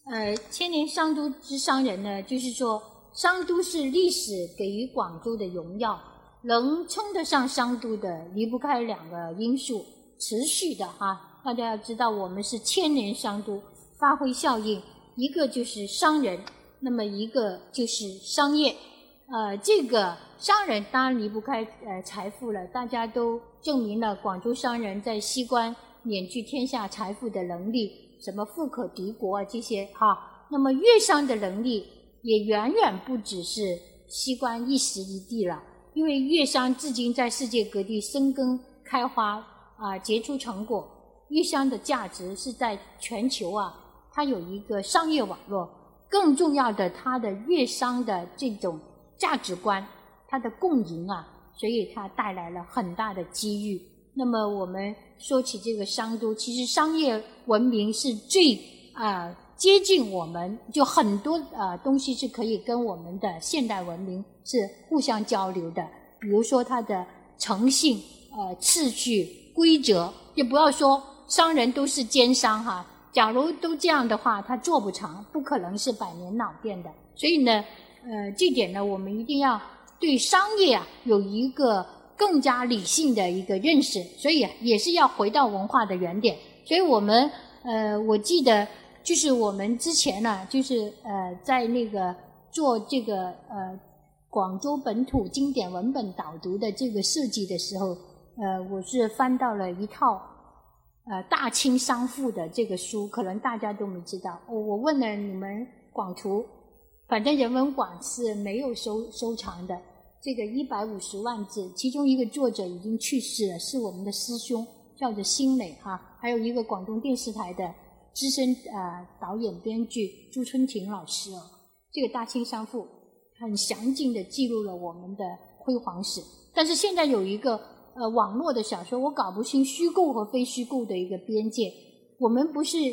千年商都之商人呢，就是说商都是历史给予广州的荣耀，能称得上商都的离不开两个因素，持续的大家要知道我们是千年商都，发挥效应，一个就是商人，那么一个就是商业。这个商人当然离不开财富了，大家都证明了广州商人在西关碾聚天下财富的能力，什么富可敌国这些那么粤商的能力也远远不只是西关一时一地了，因为粤商至今在世界各地生根开花结出成果，粤商的价值是在全球它有一个商业网络，更重要的它的粤商的这种价值观，它的共赢所以它带来了很大的机遇。那么我们说起这个商都，其实商业文明是最接近我们，就很多东西是可以跟我们的现代文明是互相交流的，比如说它的诚信、秩序、规则，也不要说商人都是奸商假如都这样的话，他做不长，不可能是百年老店的。所以呢这点呢，我们一定要对商业有一个更加理性的一个认识，所以也是要回到文化的原点。所以我们我记得就是我们之前呢，就是在那个做这个广州本土经典文本导读的这个设计的时候，我是翻到了一套大清商赋的这个书，可能大家都没知道。我问了你们广图，反正人文馆是没有收藏的。这个150万字，其中一个作者已经去世了，是我们的师兄，叫做辛磊还有一个广东电视台的资深导演编剧朱春婷老师这个大清商赋很详尽地记录了我们的辉煌史。但是现在有一个网络的小说，我搞不清虚构和非虚构的一个边界。我们不是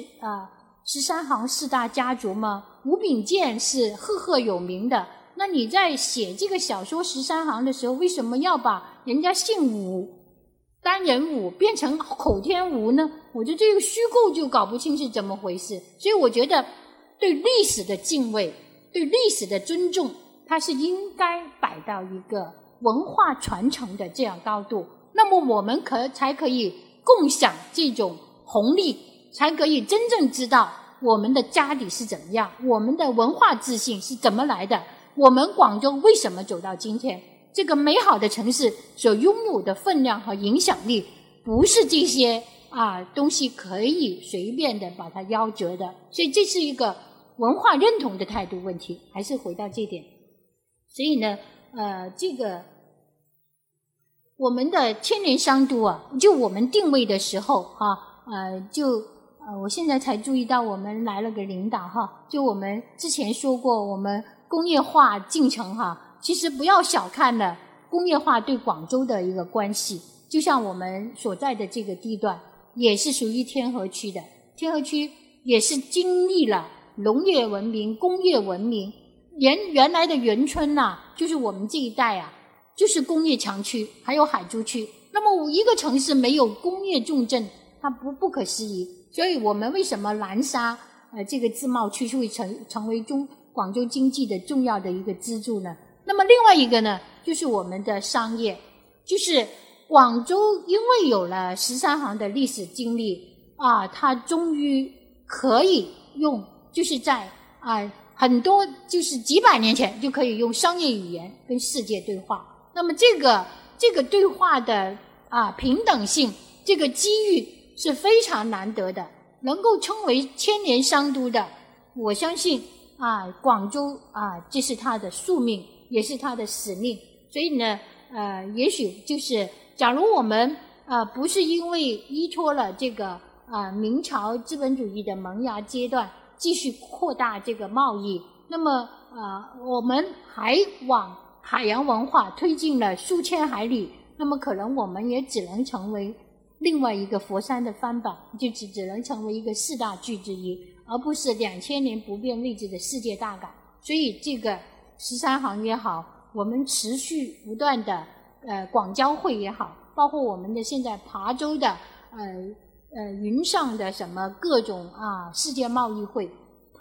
13行4大家族吗？吴秉鉴是赫赫有名的，那你在写这个小说13行的时候，为什么要把人家姓吴单人吴变成口天吴呢？我觉得这个虚构就搞不清是怎么回事。所以我觉得对历史的敬畏，对历史的尊重，它是应该摆到一个文化传承的这样高度，那么我们才可以共享这种红利，才可以真正知道我们的家底是怎么样，我们的文化自信是怎么来的，我们广州为什么走到今天，这个美好的城市所拥有的分量和影响力，不是这些东西可以随便的把它夭折的。所以这是一个文化认同的态度问题，还是回到这点。所以呢这个我们的千年商都就我们定位的时候我现在才注意到我们来了个领导就我们之前说过我们工业化进程其实不要小看了工业化对广州的一个关系。就像我们所在的这个地段也是属于天河区的，天河区也是经历了农业文明、工业文明，原来的园村就是我们这一带就是工业强区，还有海珠区。那么一个城市没有工业重镇，它不可思议。所以我们为什么南沙这个自贸区会成为广州经济的重要的一个支柱呢？那么另外一个呢，就是我们的商业，就是广州因为有了13行的历史经历它终于可以用，就是在很多就是几百年前就可以用商业语言跟世界对话。那么这个对话的平等性，这个机遇是非常难得的，能够称为千年商都的，我相信广州这是它的宿命，也是它的使命。所以呢也许就是假如我们不是因为依托了这个明朝资本主义的萌芽阶段继续扩大这个贸易，那么我们还往海洋文化推进了数千海里，那么可能我们也只能成为另外一个佛山的翻版，就只能成为一个4大巨之一，而不是2000年不变位置的世界大港。所以这个13行也好，我们持续不断的广交会也好，包括我们的现在琶洲的云上的什么各种世界贸易会，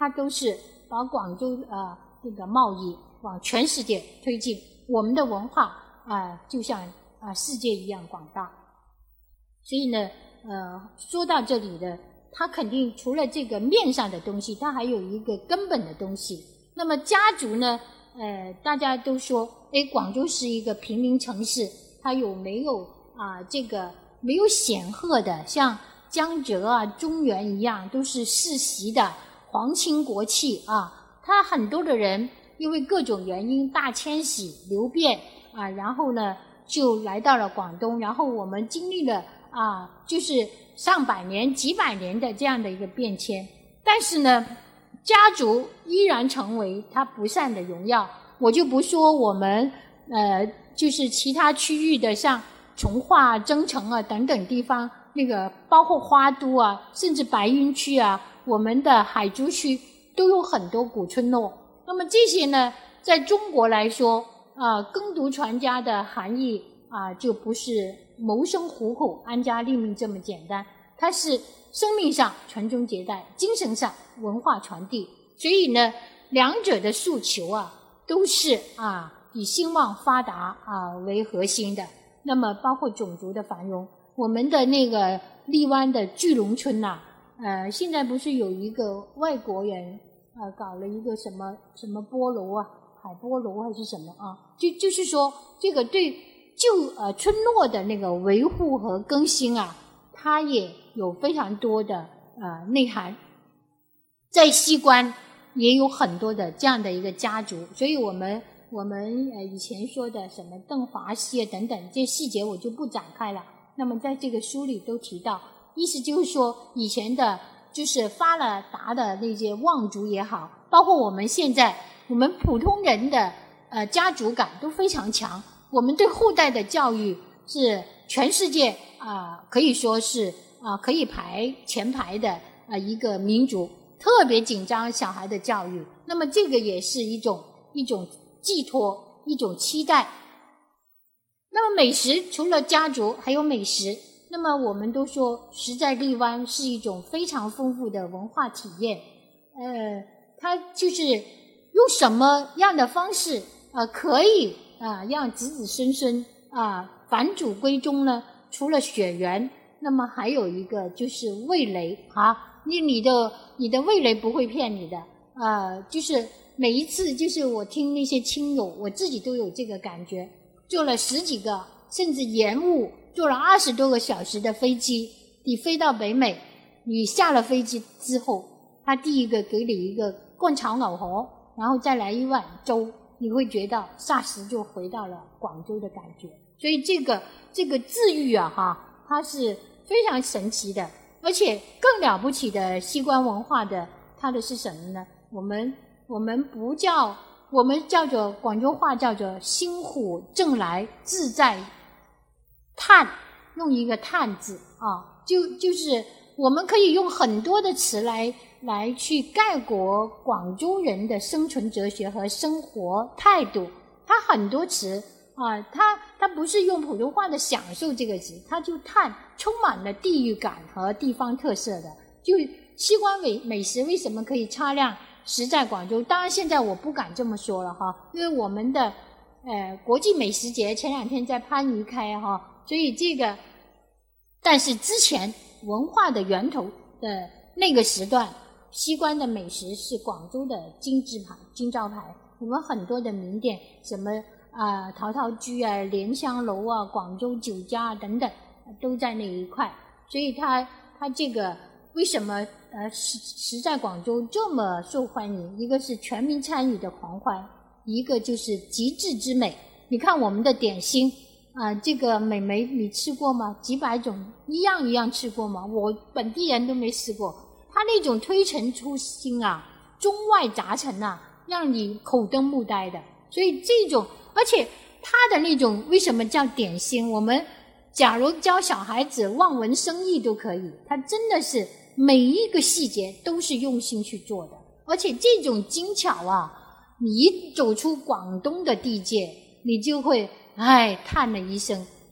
它都是把广州这个贸易往全世界推进，我们的文化就像世界一样广大。所以呢说到这里的，它肯定除了这个面上的东西，它还有一个根本的东西。那么家族呢大家都说广州是一个平民城市，它有没有这个没有显赫的像江浙中原一样都是世袭的皇亲国戚它很多的人因为各种原因大迁徙流变然后呢就来到了广东，然后我们经历了就是上百年几百年的这样的一个变迁，但是呢家族依然成为它不散的荣耀。我就不说我们就是其他区域的像从化增城等等地方，那个包括花都甚至白云区我们的海珠区都有很多古村落。那么这些呢在中国来说耕读传家的含义就不是谋生糊口安家立命这么简单，它是生命上传宗接代，精神上文化传递。所以呢两者的诉求都是以兴旺发达为核心的。那么包括种族的繁荣，我们的那个荔湾的巨龙村现在不是有一个外国人搞了一个什么波楼海波楼还是什么就是说这个对旧村落的那个维护和更新它也有非常多的内涵。在西关也有很多的这样的一个家族，所以我们以前说的什么邓华西等等这些细节我就不展开了。那么在这个书里都提到，意思就是说以前的就是发了达的那些望族也好，包括我们现在我们普通人的家族感都非常强，我们对后代的教育是全世界可以说是可以排前排的一个民族，特别紧张小孩的教育。那么这个也是一种寄托，一种期待。那么美食除了家族还有美食，那么我们都说食在荔湾是一种非常丰富的文化体验。它就是用什么样的方式可以让子子孙孙返祖归宗呢？除了血缘，那么还有一个就是味蕾你的味蕾不会骗你的就是每一次就是我听那些亲友，我自己都有这个感觉，坐了10几个甚至延误坐了20多个小时的飞机，你飞到北美，你下了飞机之后，他第一个给你一个灌炒牛河，然后再来一碗粥，你会觉得霎时就回到了广州的感觉。所以这个治愈它是非常神奇的。而且更了不起的西关文化的它的是什么呢？我们叫做广州话叫做心虎正来自在叹，用一个叹字就是我们可以用很多的词来去概括广州人的生存哲学和生活态度。它很多词它不是用普通话的享受这个词，它就叹，充满了地域感和地方特色的。就西关美食为什么可以擦亮食在广州？当然现在我不敢这么说了因为我们的国际美食节前2天在番禺开所以这个，但是之前文化的源头的那个时段，西关的美食是广州的金招牌。我们很多的名店，什么陶陶居莲香楼广州酒家等等，都在那一块。所以它这个为什么食在广州这么受欢迎？一个是全民参与的狂欢，一个就是极致之美。你看我们的点心这个美眉你吃过吗？几百种一样一样吃过吗？我本地人都没吃过。它那种推陈出新中外杂陈让你口瞪目呆的。所以这种，而且它的那种为什么叫点心？我们假如教小孩子望文生义都可以，它真的是每一个细节都是用心去做的。而且这种精巧你一走出广东的地界，你就会叹了一声。那么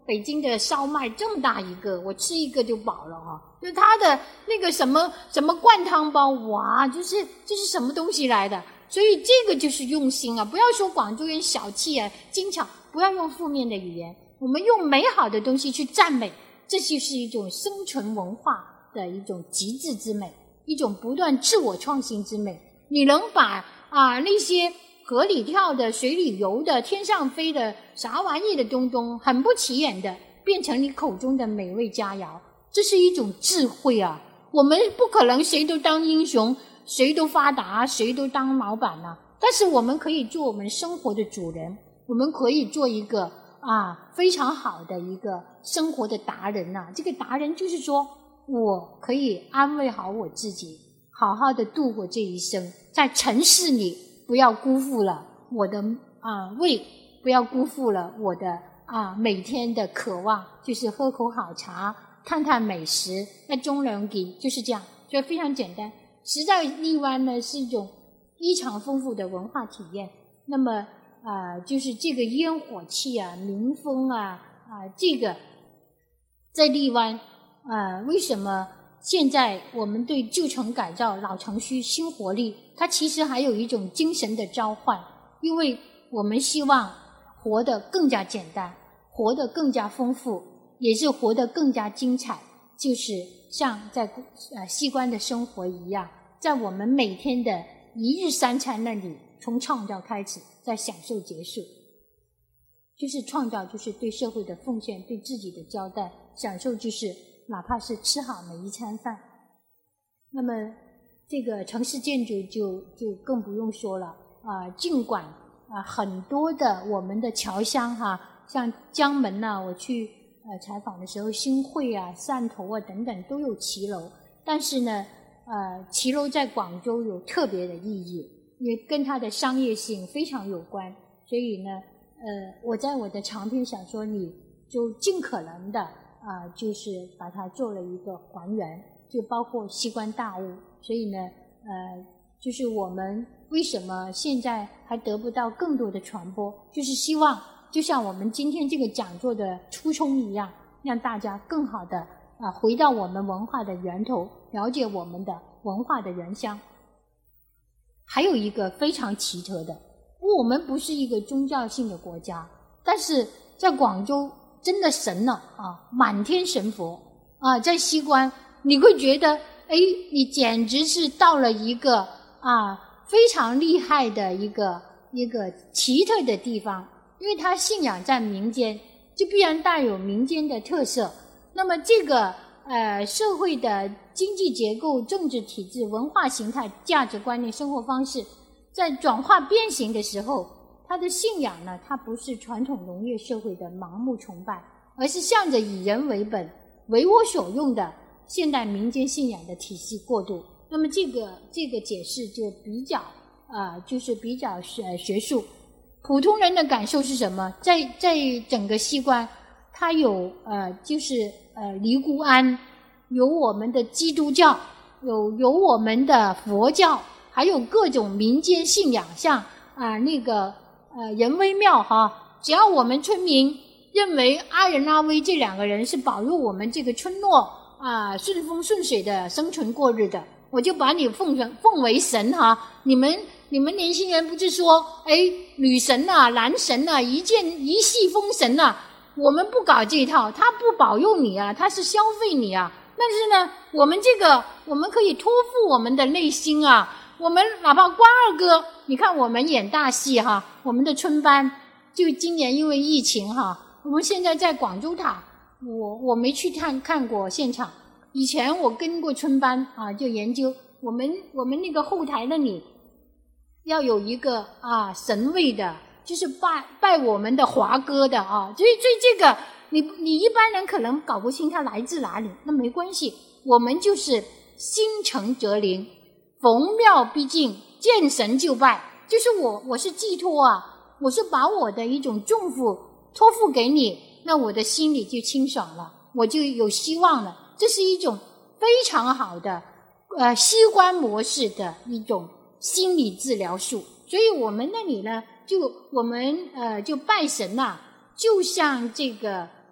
北京的烧麦这么大一个，我吃一个就饱了啊。就它的那个什么灌汤包，哇，这是什么东西来的？所以这个就是用心啊！不要说广州人小气啊、精巧，不要用负面的语言，我们用美好的东西去赞美，这就是一种生存文化的一种极致之美，一种不断自我创新之美。你能把那些河里跳的、水里游的、天上飞的啥玩意的东东，很不起眼的，变成你口中的美味佳肴，这是一种智慧啊！我们不可能谁都当英雄，谁都发达，谁都当老板啊，但是我们可以做我们生活的主人，我们可以做一个非常好的一个生活的达人啊。这个达人就是说，我可以安慰好我自己，好好的度过这一生，在城市里不要辜负了我的胃，不要辜负了我的每天的渴望，就是喝口好茶，看看美食，那中人给就是这样，所以非常简单。实在荔湾呢是一种异常丰富的文化体验。那么就是这个烟火气啊、民风这个在荔湾为什么现在我们对旧城改造、老城区新活力，它其实还有一种精神的召唤，因为我们希望活得更加简单，活得更加丰富，也是活得更加精彩，就是像在西关的生活一样，在我们每天的一日三餐那里，从创造开始，在享受结束。就是创造，就是对社会的奉献，对自己的交代；享受就是哪怕是吃好每一餐饭。那么这个城市建筑就更不用说了尽管很多的我们的侨乡像江门我去采访的时候，新会汕头等等都有骑楼，但是呢骑楼在广州有特别的意义，也跟它的商业性非常有关。所以呢我在我的长篇小说里就尽可能的就是把它做了一个还原，就包括西关大屋。所以呢就是我们为什么现在还得不到更多的传播，就是希望就像我们今天这个讲座的初衷一样，让大家更好的回到我们文化的源头，了解我们的文化的原乡。还有一个非常奇特的，我们不是一个宗教性的国家，但是在广州真的神了满天神佛在西关你会觉得你简直是到了一个非常厉害的一个奇特的地方，因为它信仰在民间，就必然带有民间的特色。那么这个社会的经济结构、政治体制、文化形态、价值观念、生活方式在转化变形的时候，它的信仰呢，它不是传统农业社会的盲目崇拜，而是向着以人为本、为我所用的现代民间信仰的体系过渡。那么这个解释就比较就是比较学术。普通人的感受是什么？在整个西关，它有就是尼姑庵，有我们的基督教，有我们的佛教，还有各种民间信仰，像那个仁威庙只要我们村民认为阿仁阿威这两个人是保佑我们这个村落顺风顺水的生存过日的，我就把你奉为神你们年轻人不是说女神男神一系封神我们不搞这一套，他不保佑你他是消费你但是呢我们可以托付我们的内心我们哪怕关二哥，你看我们演大戏我们的春班就今年因为疫情我们现在在广州塔，我没去看过现场，以前我跟过春班就研究我们那个后台那里要有一个神位的，就是拜我们的华哥的所以这个你一般人可能搞不清它来自哪里，那没关系，我们就是心诚则灵，逢庙必敬，见神就拜，就是我是寄托我是把我的一种重负托付给你，那我的心里就清爽了，我就有希望了。这是一种非常好的西关模式的一种心理治疗术。所以我们那里呢，我们就拜神就像这个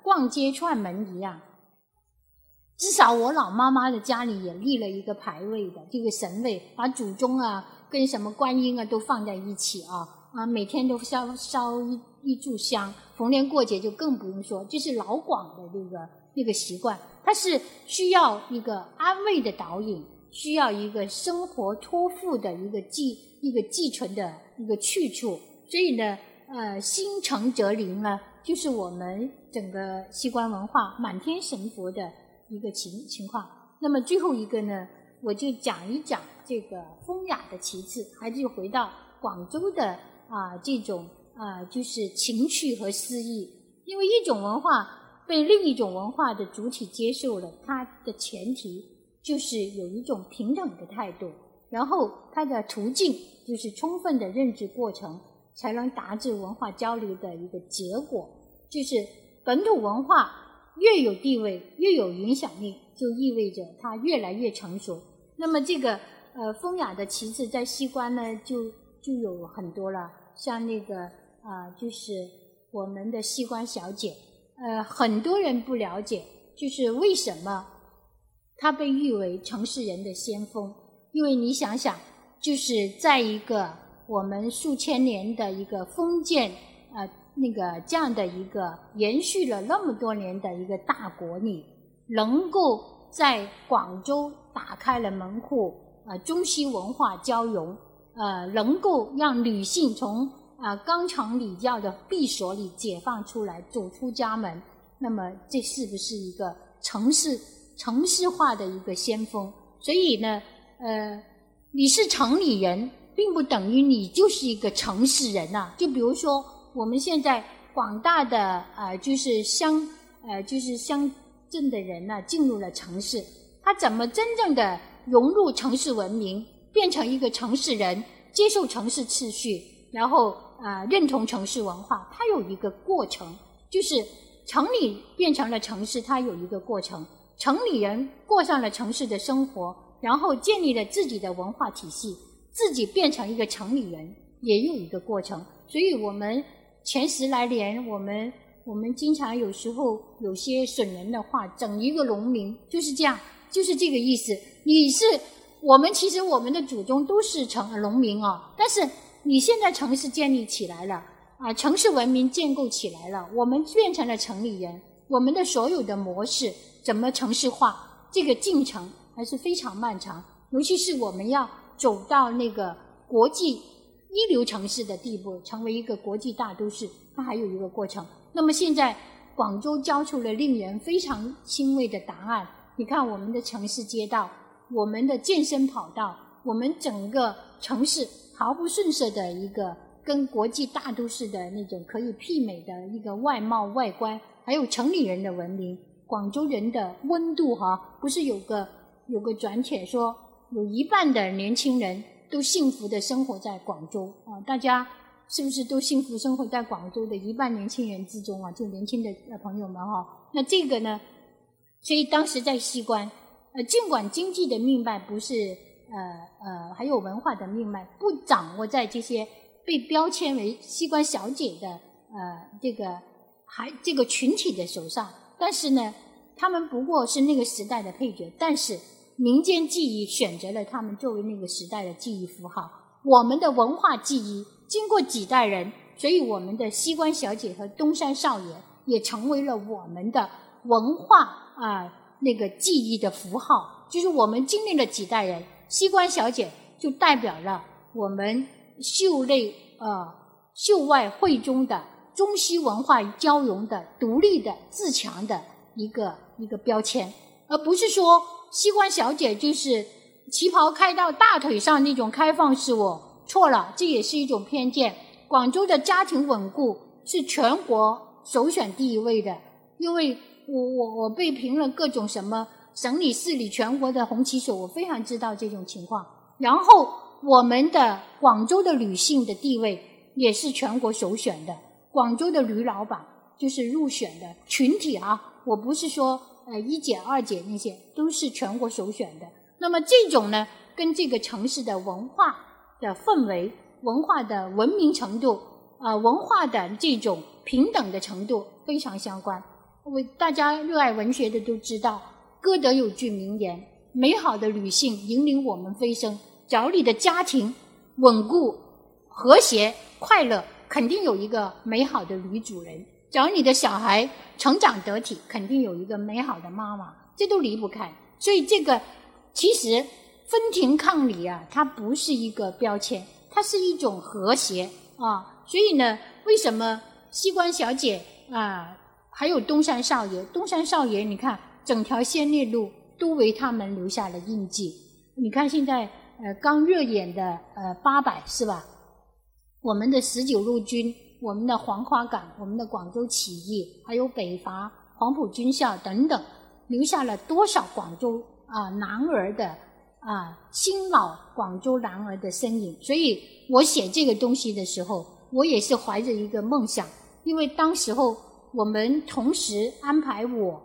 逛街串门一样。至少我老妈妈的家里也立了一个牌位的这个神位，把祖宗啊跟什么观音啊都放在一起每天都烧一炷香，逢年过节就更不用说，这是老广的这个习惯，它是需要一个安慰的导引，需要一个生活托付的一个寄存的一个去处。所以呢心诚则灵呢，就是我们整个西关文化满天神佛的一个情况。那么最后一个呢，我就讲一讲这个风雅的其次，还是回到广州的这种就是情趣和诗意。因为一种文化被另一种文化的主体接受了，它的前提就是有一种平等的态度，然后它的途径就是充分的认知过程，才能达至文化交流的一个结果。就是本土文化越有地位，越有影响力，就意味着它越来越成熟。那么这个风雅的旗帜在西关呢就有很多了，像那个就是我们的西关小姐，很多人不了解，就是为什么她被誉为城市人的先锋。因为你想想，就是在一个我们数千年的一个封建这样的一个延续了那么多年的一个大国里，能够在广州打开了门户，中西文化交融，能够让女性从纲常礼教的闭锁里解放出来，走出家门。那么这是不是一个城市化的一个先锋？所以呢你是城里人并不等于你就是一个城市人就比如说我们现在广大的就是乡镇的人进入了城市，他怎么真正的融入城市文明，变成一个城市人，接受城市秩序，然后认同城市文化，它有一个过程。就是城里变成了城市，它有一个过程，城里人过上了城市的生活，然后建立了自己的文化体系，自己变成一个城里人，也有一个过程。所以我们前10来年，我们经常有时候有些损人的话，整一个农民就是这样，就是这个意思。其实我们的祖宗都是农民但是你现在城市建立起来了城市文明建构起来了，我们变成了城里人，我们的所有的模式怎么城市化，这个进程还是非常漫长。尤其是我们要走到那个国际一流城市的地步，成为一个国际大都市，它还有一个过程。那么现在广州交出了令人非常欣慰的答案。你看我们的城市街道，我们的健身跑道，我们整个城市毫不逊色的一个跟国际大都市的那种可以媲美的一个外貌外观，还有城里人的文明，广州人的温度不是有个转帖说有一半的年轻人都幸福的生活在广州大家是不是都幸福生活在广州的一半年轻人之中就年轻的朋友们那这个呢，所以当时在西关尽管经济的命脉不是还有文化的命脉不掌握在这些被标签为西关小姐的这个群体的手上，但是呢他们不过是那个时代的配角，但是民间记忆选择了他们作为那个时代的记忆符号。我们的文化记忆经过几代人，所以我们的西关小姐和东山少爷也成为了我们的文化那个记忆的符号。就是我们经历了几代人，西关小姐就代表了我们秀外慧中的中西文化交融的独立的自强的一个标签，而不是说西关小姐就是旗袍开到大腿上那种开放式错了，这也是一种偏见。广州的家庭稳固是全国首选第一位的，因为我被评了各种什么省里市里全国的红旗手，我非常知道这种情况。然后我们的广州的女性的地位也是全国首选的，广州的女老板就是入选的群体我不是说1姐2姐那些都是全国首选的。那么这种呢跟这个城市的文化的氛围、文化的文明程度文化的这种平等的程度非常相关。 大家热爱文学的都知道，歌德有句名言：美好的女性引领我们飞升。假如你的家庭稳固、和谐、快乐，肯定有一个美好的女主人；假如你的小孩成长得体，肯定有一个美好的妈妈，这都离不开。所以这个其实分庭抗礼啊，它不是一个标签，它是一种和谐啊。所以呢，为什么西关小姐啊，还有东山少爷，你看整条先烈路都为他们留下了印记。你看现在刚热演的800是吧？我们的19路军，我们的黄花岗，我们的广州起义，还有北伐、黄埔军校等等，留下了多少广州男儿的新老广州男儿的身影。所以我写这个东西的时候，我也是怀着一个梦想，因为当时候我们同时安排我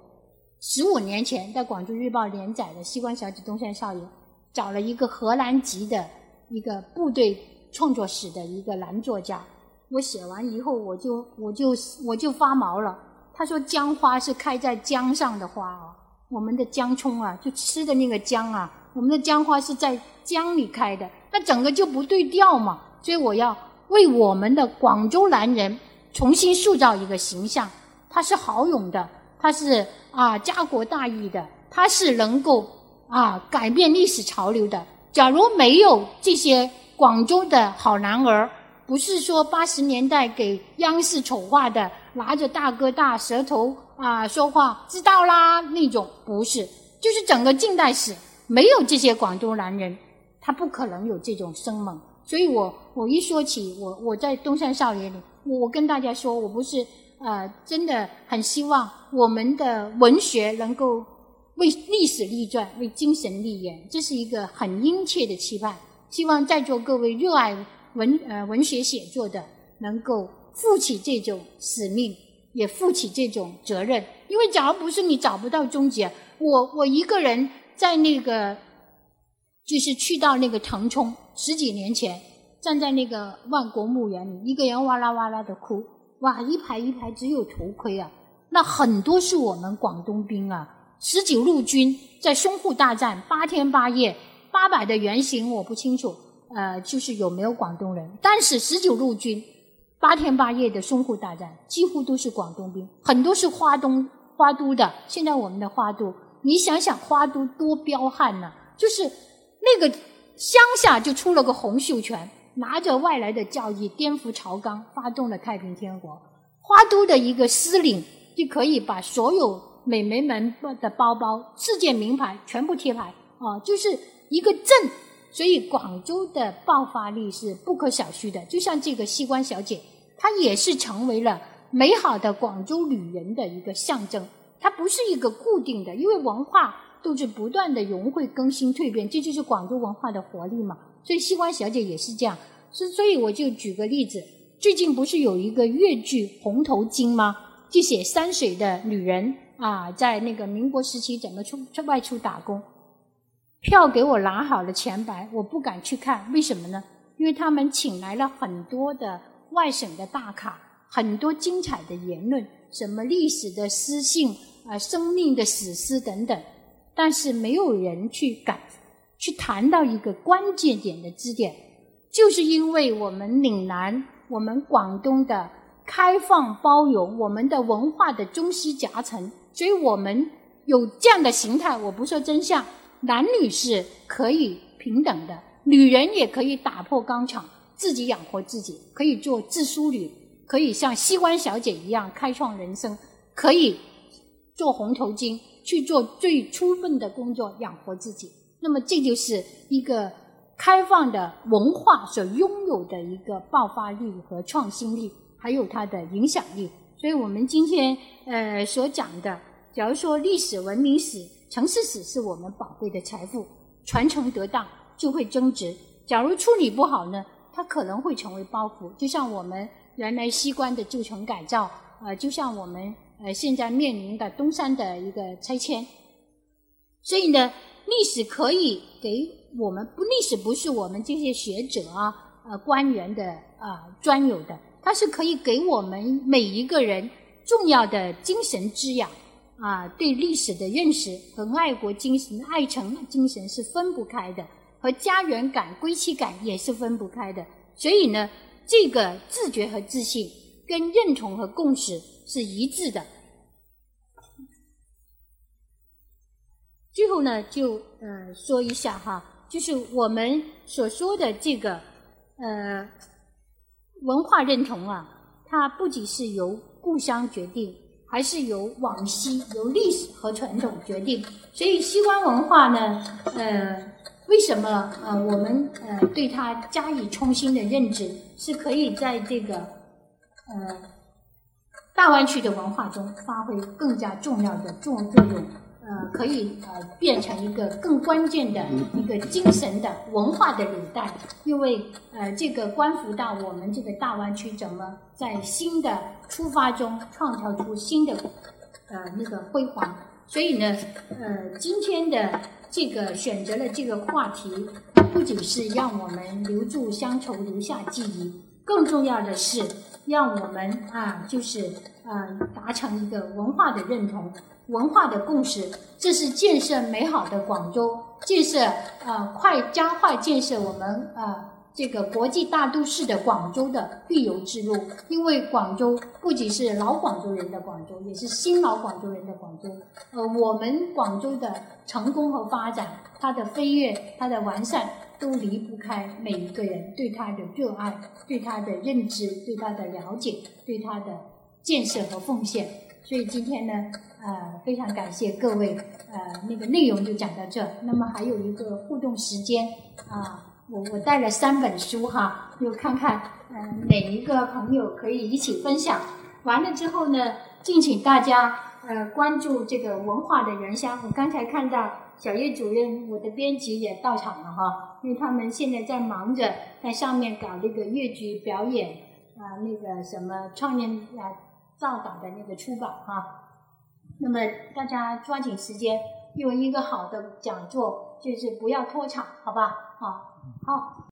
15年前在广州日报连载的《西关小姐东山少爷》，找了一个荷兰籍的一个部队创作史的一个男作家。我写完以后我就发毛了。他说姜花是开在姜上的花啊，我们的姜葱啊，就吃的那个姜啊，我们的姜花是在姜里开的，那整个就不对调嘛。所以我要为我们的广州男人重新塑造一个形象，他是豪勇的，他是家国大义的，他是能够改变历史潮流的。假如没有这些广州的好男儿，不是说80年代给央视丑化的拿着大哥大舌头说话知道啦那种，不是，就是整个近代史没有这些广州男人，他不可能有这种生猛。所以我一说起我在东山少爷里，我跟大家说，我不是真的很希望我们的文学能够为历史立传，为精神立言，这是一个很殷切的期盼。希望在座各位热爱文学写作的能够负起这种使命，也负起这种责任。因为假如不是你找不到终结，我一个人在那个就是去到那个腾冲10几年前，站在那个万国墓园里，一个人哇啦哇啦的哭，哇，一排一排只有头盔啊，那很多是我们广东兵啊。19路军在淞沪大战8天8夜，800的原型我不清楚就是有没有广东人，但是19路军8天8夜的淞沪大战几乎都是广东兵，很多是花都的。现在我们的花都，你想想花都多彪悍呢，就是那个乡下就出了个洪秀全，拿着外来的教义颠覆朝纲，发动了太平天国。花都的一个司令就可以把所有美眉们的包包、世界名牌全部贴牌就是一个镇。所以广州的爆发力是不可小觑的，就像这个西关小姐，她也是成为了美好的广州女人的一个象征。它不是一个固定的，因为文化都是不断的融汇、更新、蜕变，这就是广州文化的活力嘛。所以西关小姐也是这样。所以我就举个例子，最近不是有一个粤剧《红头巾》吗？就写山水的女人在那个民国时期怎么外出打工，票给我拿好了前白，我不敢去看，为什么呢？因为他们请来了很多的外省的大咖，很多精彩的言论，什么历史的诗性生命的史诗等等，但是没有人去谈到一个关键点的支点，就是因为我们岭南，我们广东的开放包容，我们的文化的中西夹层，所以我们有这样的形态。我不说真相，男女是可以平等的，女人也可以打破钢厂，自己养活自己，可以做自梳女，可以像西关小姐一样开创人生，可以做红头巾，去做最充分的工作养活自己。那么这就是一个开放的文化所拥有的一个爆发力和创新力，还有它的影响力。所以我们今天所讲的，假如说历史、文明史、城市史是我们宝贵的财富，传承得当就会增值，假如处理不好呢，它可能会成为包袱。就像我们原来西关的旧城改造就像我们现在面临的东山的一个拆迁。所以呢，历史可以给我们，历史不是我们这些学者官员的专有的，它是可以给我们每一个人重要的精神滋养对历史的认识和爱国精神、爱城精神是分不开的，和家园感、归期感也是分不开的。所以呢，这个自觉和自信跟认同和共识是一致的。最后呢，就说一下哈，就是我们所说的这个文化认同它不仅是由故乡决定，还是由往昔、由历史和传统决定。所以西关文化呢，为什么我们对它加以重新的认知，是可以在这个大湾区的文化中发挥更加重要的作用。可以变成一个更关键的一个精神的文化的履带，因为这个关乎到我们这个大湾区怎么在新的出发中创造出新的那个辉煌。所以呢，今天的这个选择了这个话题，不仅是让我们留住乡愁，留下记忆，更重要的是让我们就是达成一个文化的认同。文化的共识，这是建设美好的广州，建设加快建设我们这个国际大都市的广州的必由之路。因为广州不仅是老广州人的广州，也是新老广州人的广州。我们广州的成功和发展，它的飞跃，它的完善，都离不开每一个人对它的热爱，对它的认知，对它的了解，对它的建设和奉献。所以今天呢，非常感谢各位，那个内容就讲到这。那么还有一个互动时间我带了3本书哈，就看看哪一个朋友可以一起分享。完了之后呢，敬请大家关注这个文化的原乡。我刚才看到小叶主任，我的编辑也到场了哈，因为他们现在在忙着在上面搞那个粤剧表演那个什么创业造稿的那个出版哈。那么大家抓紧时间，用一个好的讲座，就是不要拖场，好吧？好。